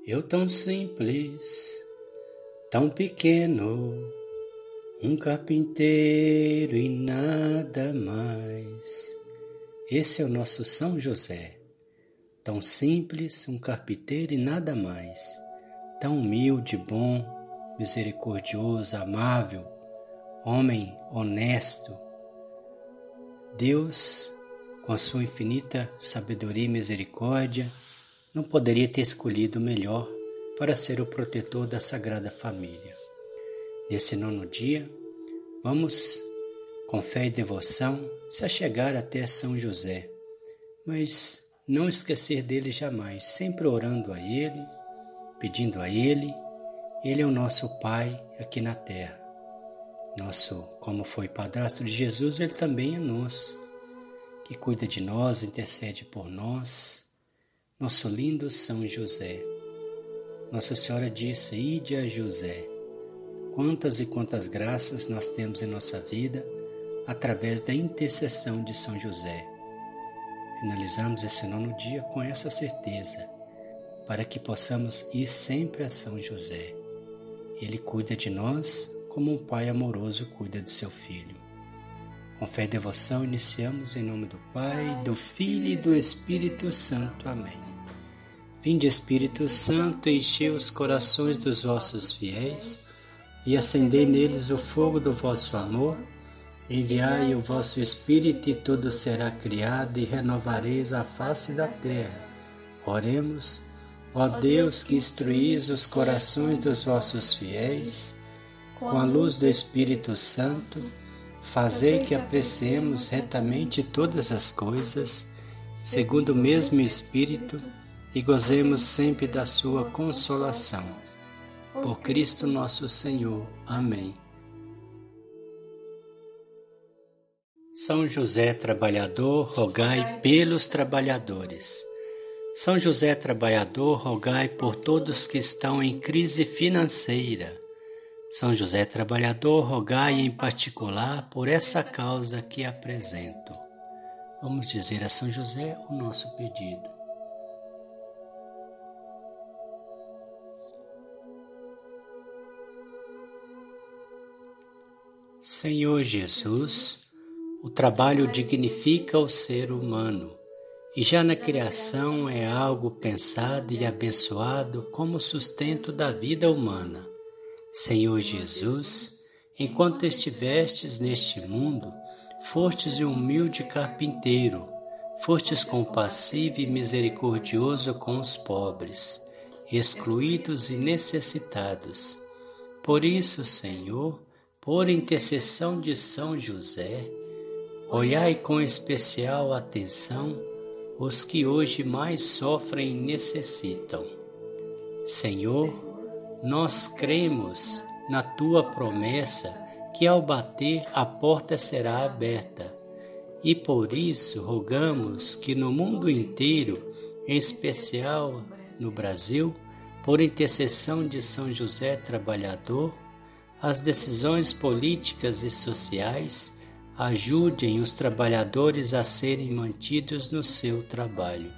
Eu tão simples, tão pequeno, um carpinteiro e nada mais. Esse é o nosso São José, tão simples, um carpinteiro e nada mais. Tão humilde, bom, misericordioso, amável, homem honesto. Deus, com a sua infinita sabedoria e misericórdia, não poderia ter escolhido o melhor para ser o protetor da Sagrada Família. Nesse 9º dia, vamos, com fé e devoção, se achegar até São José, mas não esquecer dele jamais, sempre orando a ele, pedindo a ele. Ele é o nosso Pai aqui na terra. Como foi padrasto de Jesus, ele também é nosso, que cuida de nós, intercede por nós. Nosso lindo São José. Nossa Senhora disse: ide a José. Quantas e quantas graças nós temos em nossa vida através da intercessão de São José. Finalizamos esse 9º dia com essa certeza, para que possamos ir sempre a São José. Ele cuida de nós como um pai amoroso cuida do seu filho. Com fé e devoção, iniciamos em nome do Pai, do Filho e do Espírito Santo. Amém. Vinde, Espírito Santo, enchei os corações dos vossos fiéis e acendei neles o fogo do vosso amor. Enviai o vosso Espírito e tudo será criado e renovareis a face da terra. Oremos. Ó Deus, que instruís os corações dos vossos fiéis, com a luz do Espírito Santo, fazei que apreciemos retamente todas as coisas, segundo o mesmo Espírito, e gozemos sempre da sua consolação. Por Cristo nosso Senhor. Amém. São José trabalhador, rogai pelos trabalhadores. São José trabalhador, rogai por todos que estão em crise financeira. São José trabalhador, rogai em particular por essa causa que apresento. Vamos dizer a São José o nosso pedido. Senhor Jesus, o trabalho dignifica o ser humano e já na criação é algo pensado e abençoado como sustento da vida humana. Senhor Jesus, enquanto estivestes neste mundo, fostes um humilde carpinteiro, fostes compassivo e misericordioso com os pobres, excluídos e necessitados. Por isso, Senhor, por intercessão de São José, olhai com especial atenção os que hoje mais sofrem e necessitam. Senhor, nós cremos na Tua promessa que ao bater a porta será aberta e por isso rogamos que no mundo inteiro, em especial no Brasil, por intercessão de São José trabalhador, as decisões políticas e sociais ajudem os trabalhadores a serem mantidos no seu trabalho.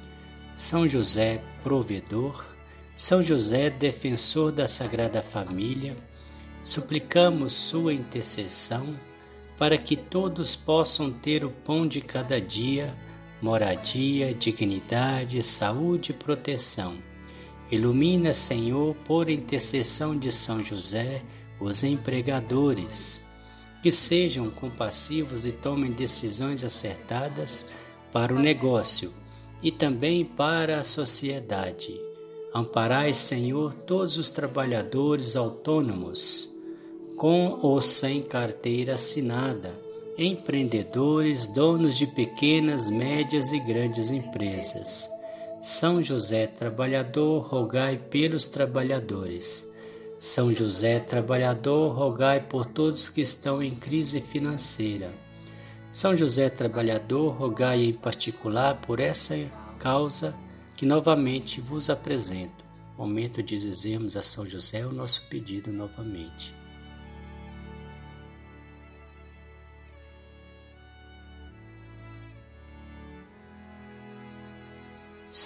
São José provedor, São José, defensor da Sagrada Família, suplicamos sua intercessão para que todos possam ter o pão de cada dia, moradia, dignidade, saúde e proteção. Ilumina, Senhor, por intercessão de São José, os empregadores, que sejam compassivos e tomem decisões acertadas para o negócio e também para a sociedade. Amparai, Senhor, todos os trabalhadores autônomos, com ou sem carteira assinada, empreendedores, donos de pequenas, médias e grandes empresas. São José trabalhador, rogai pelos trabalhadores. São José trabalhador, rogai por todos que estão em crise financeira. São José trabalhador, rogai em particular por essa causa que novamente vos apresento. Momento de dizermos a São José o nosso pedido novamente.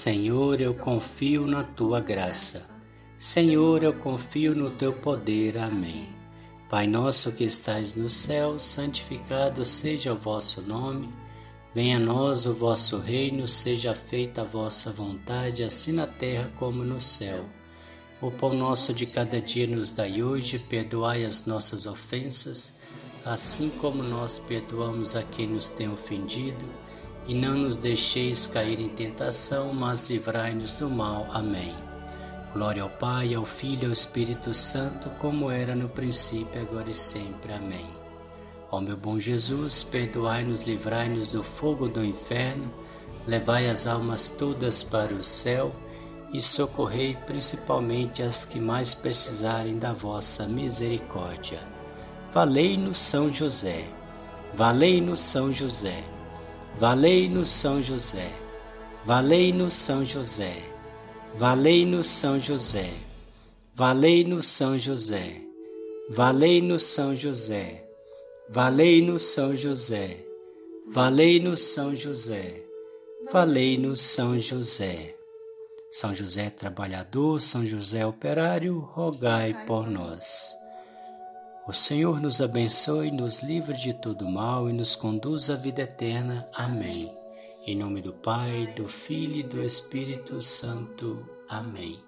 Senhor, eu confio na Tua graça. Senhor, eu confio no Teu poder. Amém. Pai nosso que estais no céu, santificado seja o vosso nome. Venha a nós o vosso reino, seja feita a vossa vontade, assim na terra como no céu. O pão nosso de cada dia nos dai hoje, perdoai as nossas ofensas, assim como nós perdoamos a quem nos tem ofendido, e não nos deixeis cair em tentação, mas livrai-nos do mal. Amém. Glória ao Pai, ao Filho e ao Espírito Santo, como era no princípio, agora e sempre. Amém. Ó meu bom Jesus, perdoai-nos, livrai-nos do fogo do inferno, levai as almas todas para o céu e socorrei principalmente as que mais precisarem da vossa misericórdia. Valei-nos São José, valei-nos São José, valei-nos São José, valei-nos São José, valei-nos São José, valei-nos São José, valei-nos São José, valei-nos São José, valei-nos São José, valei-nos São José. São José trabalhador, São José operário, rogai por nós. O Senhor nos abençoe, nos livre de todo mal e nos conduz à vida eterna. Amém. Em nome do Pai, do Filho e do Espírito Santo. Amém.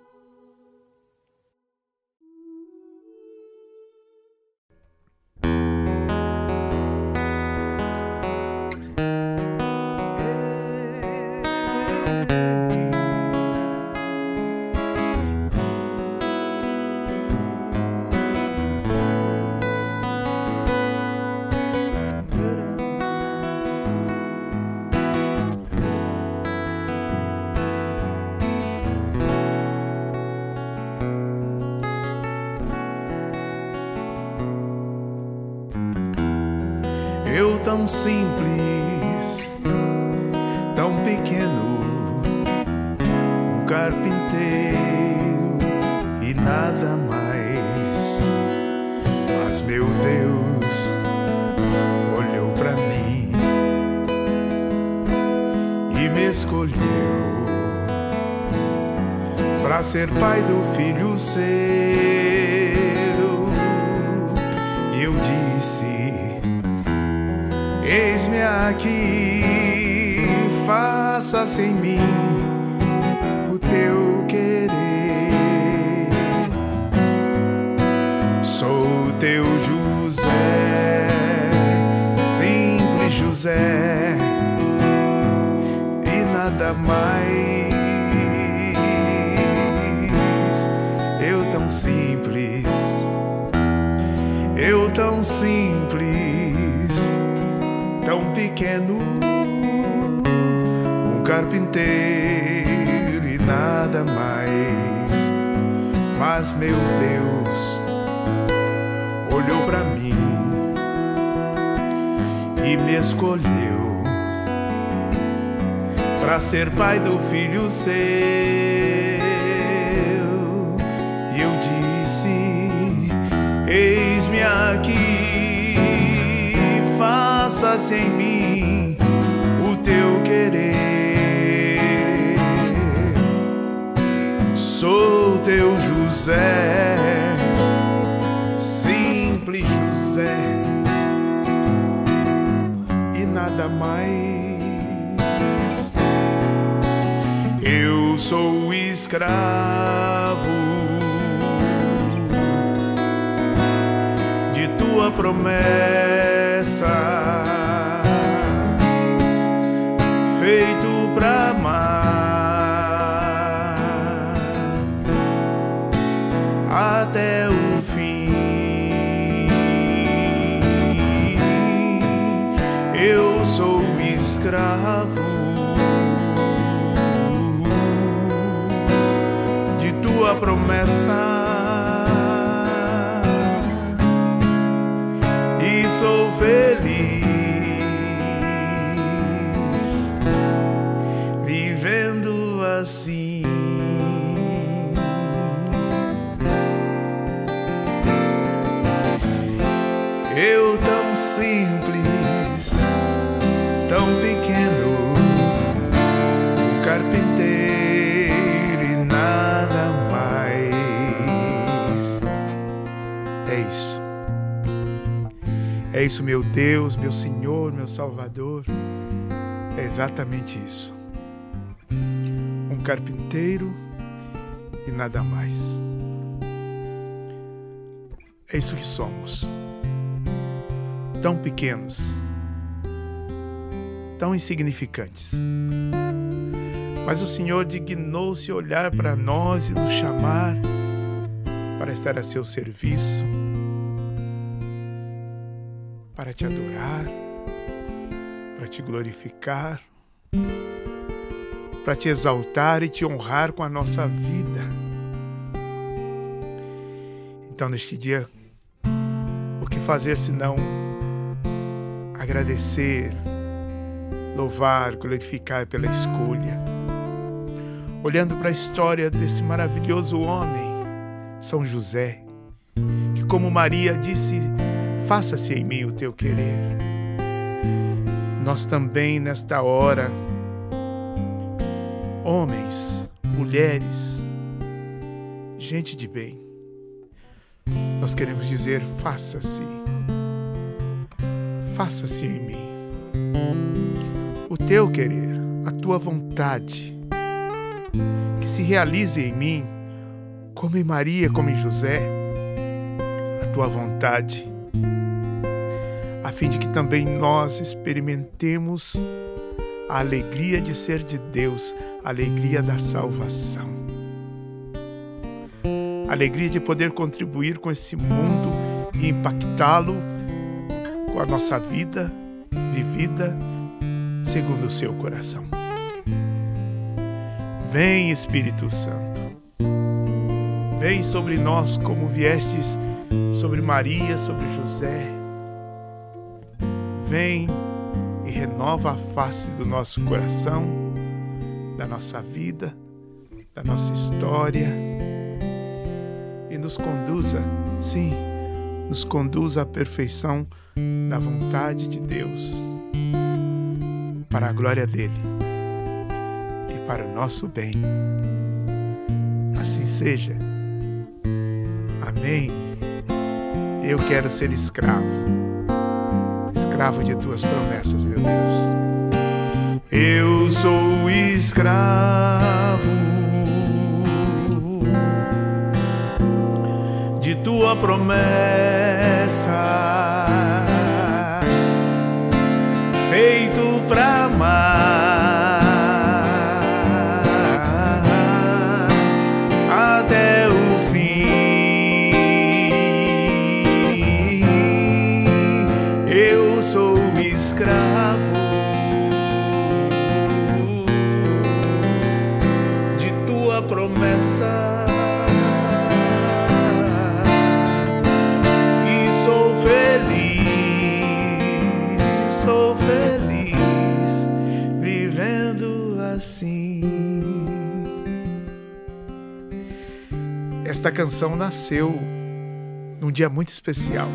Eu tão simples, tão pequeno, um carpinteiro e nada mais. Mas meu Deus olhou pra mim e me escolheu pra ser pai do filho seu. E eu disse: eis-me aqui, faça-se em mim o teu querer. Sou teu José, simples José, e nada mais. Eu tão simples, eu tão simples, tão pequeno, um carpinteiro e nada mais. Mas meu Deus olhou pra mim e me escolheu pra ser pai do filho seu. E eu disse: eis-me aqui, faça-se em mim o teu querer. Sou teu José, simples José, e nada mais. Eu sou escravo de tua promessa, feito pra amar até o fim. Eu sou escravo de tua promessa e sou feliz vivendo assim. Eu tão simples, tão pequeno, um carpinteiro É isso, meu Deus, meu Senhor, meu Salvador. É exatamente isso. Um carpinteiro e nada mais. É isso que somos. Tão pequenos, tão insignificantes. Mas o Senhor dignou-se olhar para nós e nos chamar para estar a seu serviço, para te adorar, para te glorificar, para te exaltar e te honrar com a nossa vida. Então, neste dia, o que fazer senão agradecer, louvar, glorificar pela escolha. Olhando para a história desse maravilhoso homem, São José, que como Maria disse, faça-se em mim o teu querer. Nós também nesta hora, homens, mulheres, gente de bem, nós queremos dizer, faça-se em mim o teu querer, a tua vontade, que se realize em mim, como em Maria, como em José, a tua vontade, a fim de que também nós experimentemos a alegria de ser de Deus, a alegria da salvação, a alegria de poder contribuir com esse mundo e impactá-lo com a nossa vida vivida segundo o seu coração. Vem, Espírito Santo, vem sobre nós como viestes sobre Maria, sobre José. Vem e renova a face do nosso coração, da nossa vida, da nossa história e nos conduza, sim, nos conduza à perfeição da vontade de Deus, para a glória dele e para o nosso bem. Assim seja. Amém. Eu quero ser escravo de tuas promessas, meu Deus. Eu sou escravo de tua promessa, feito pra amar até o fim. Eu sou escravo de tua promessa. Sou feliz vivendo assim. Esta canção nasceu num dia muito especial.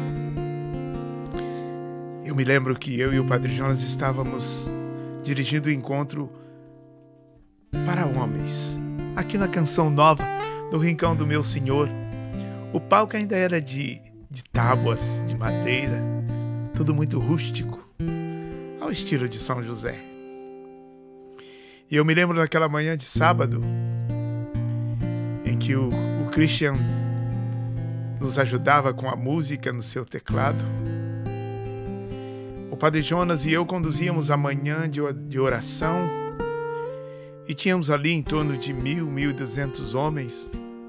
Eu me lembro que eu e o Padre Jonas estávamos dirigindo o encontro para homens, aqui na Canção Nova, no Rincão do Meu Senhor. O palco ainda era de tábuas, de madeira, tudo muito rústico, ao estilo de São José. E eu me lembro daquela manhã de sábado, em que o Christian nos ajudava com a música no seu teclado. O Padre Jonas e eu conduzíamos a manhã de oração, e tínhamos ali em torno de 1.200 homens.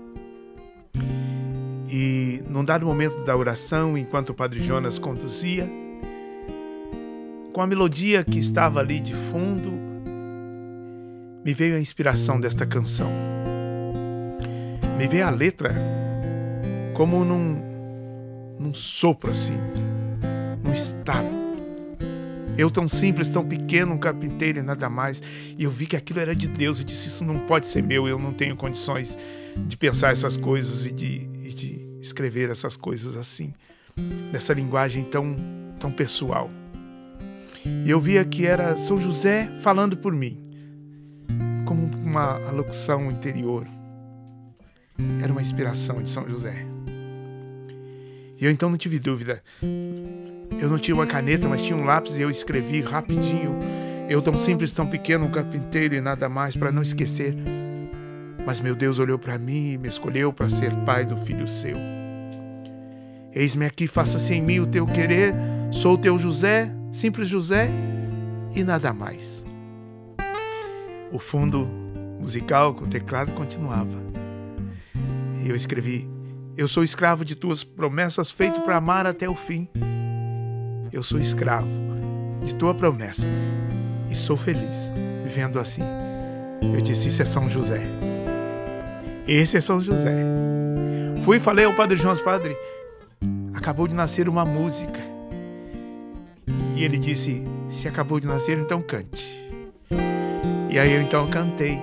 E num dado momento da oração, enquanto o Padre Jonas conduzia, com a melodia que estava ali de fundo, me veio a inspiração desta canção. Me veio a letra como num sopro assim, num estalo. Eu tão simples, tão pequeno, um carpinteiro e nada mais. E eu vi que aquilo era de Deus. Eu disse, isso não pode ser meu. Eu não tenho condições de pensar essas coisas e de escrever essas coisas assim, nessa linguagem tão pessoal. E eu via que era São José falando por mim, como uma alocução interior. Era uma inspiração de São José. E eu então não tive dúvida. Eu não tinha uma caneta, mas tinha um lápis e eu escrevi rapidinho. Eu tão simples, tão pequeno, um carpinteiro e nada mais, para não esquecer. Mas meu Deus olhou para mim e me escolheu para ser pai do filho seu. Eis-me aqui, faça-se em mim o teu querer. Sou o teu José, simples José e nada mais. O fundo musical com o teclado continuava. E eu escrevi: eu sou escravo de tuas promessas, feito para amar até o fim. Eu sou escravo de tua promessa e sou feliz vivendo assim. Eu disse: isso é São José. Esse é São José. Fui e falei ao Padre Jonas: padre, acabou de nascer uma música. E ele disse: se acabou de nascer, então cante. E aí eu então cantei.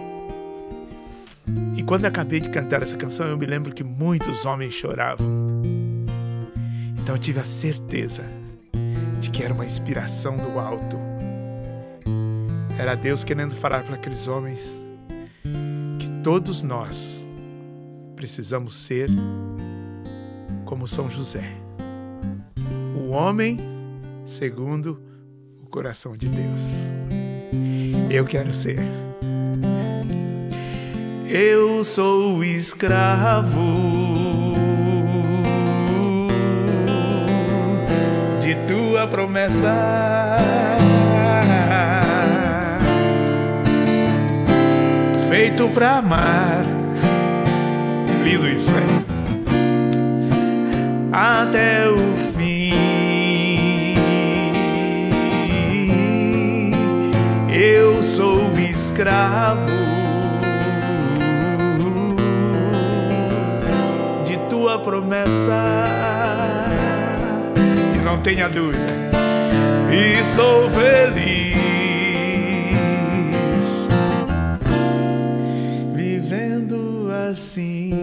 E quando acabei de cantar essa canção, eu me lembro que muitos homens choravam. Então eu tive a certeza de que era uma inspiração do alto. Era Deus querendo falar para aqueles homens que todos nós precisamos ser como São José, o homem segundo o coração de Deus. Eu quero ser. Eu sou escravo de tua promessa, feito pra amar. Lindo isso, né? Até o fim. Eu sou escravo de tua promessa, e não tenha dúvida, e sou feliz vivendo assim,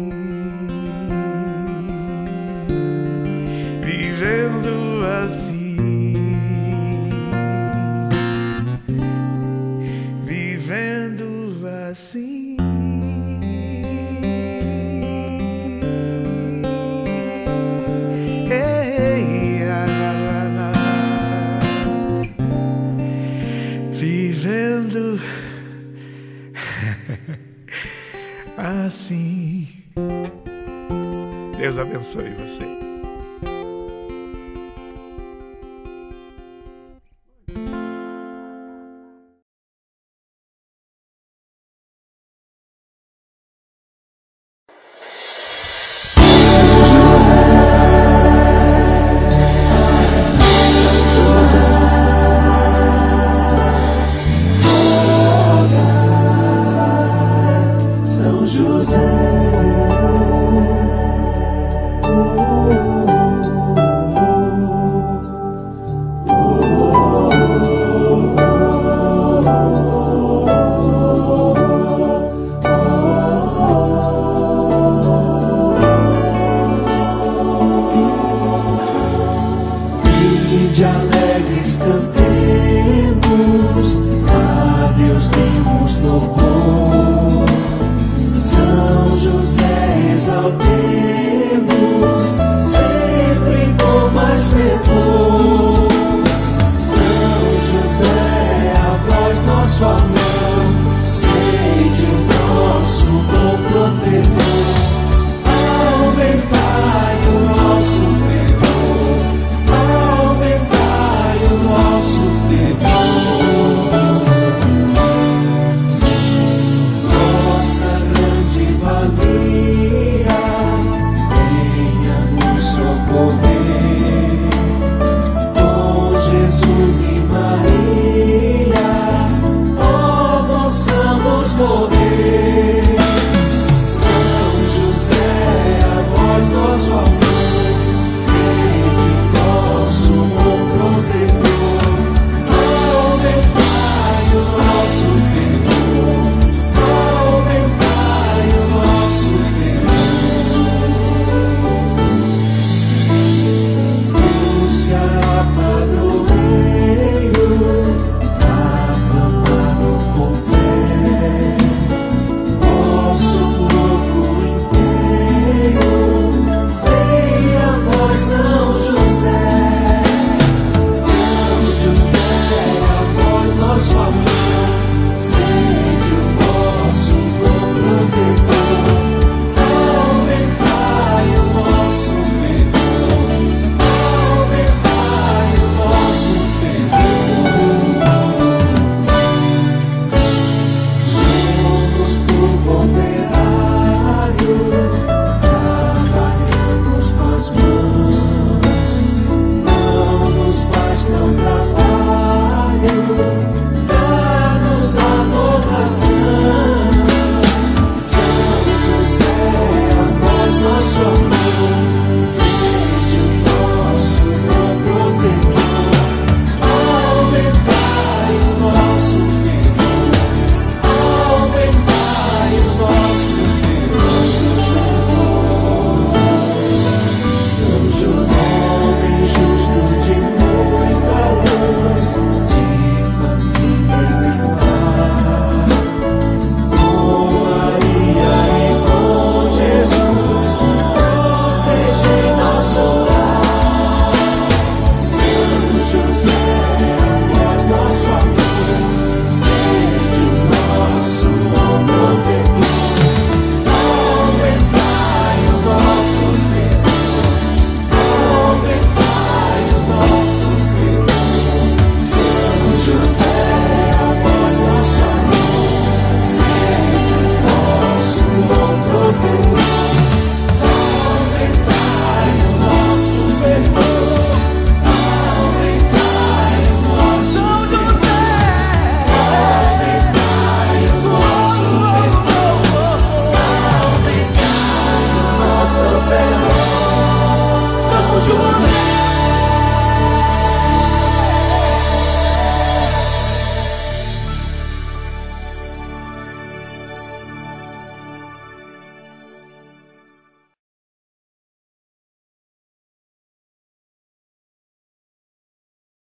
vivendo assim. Assim. Hey, vivendo assim. Deus abençoe você. São José.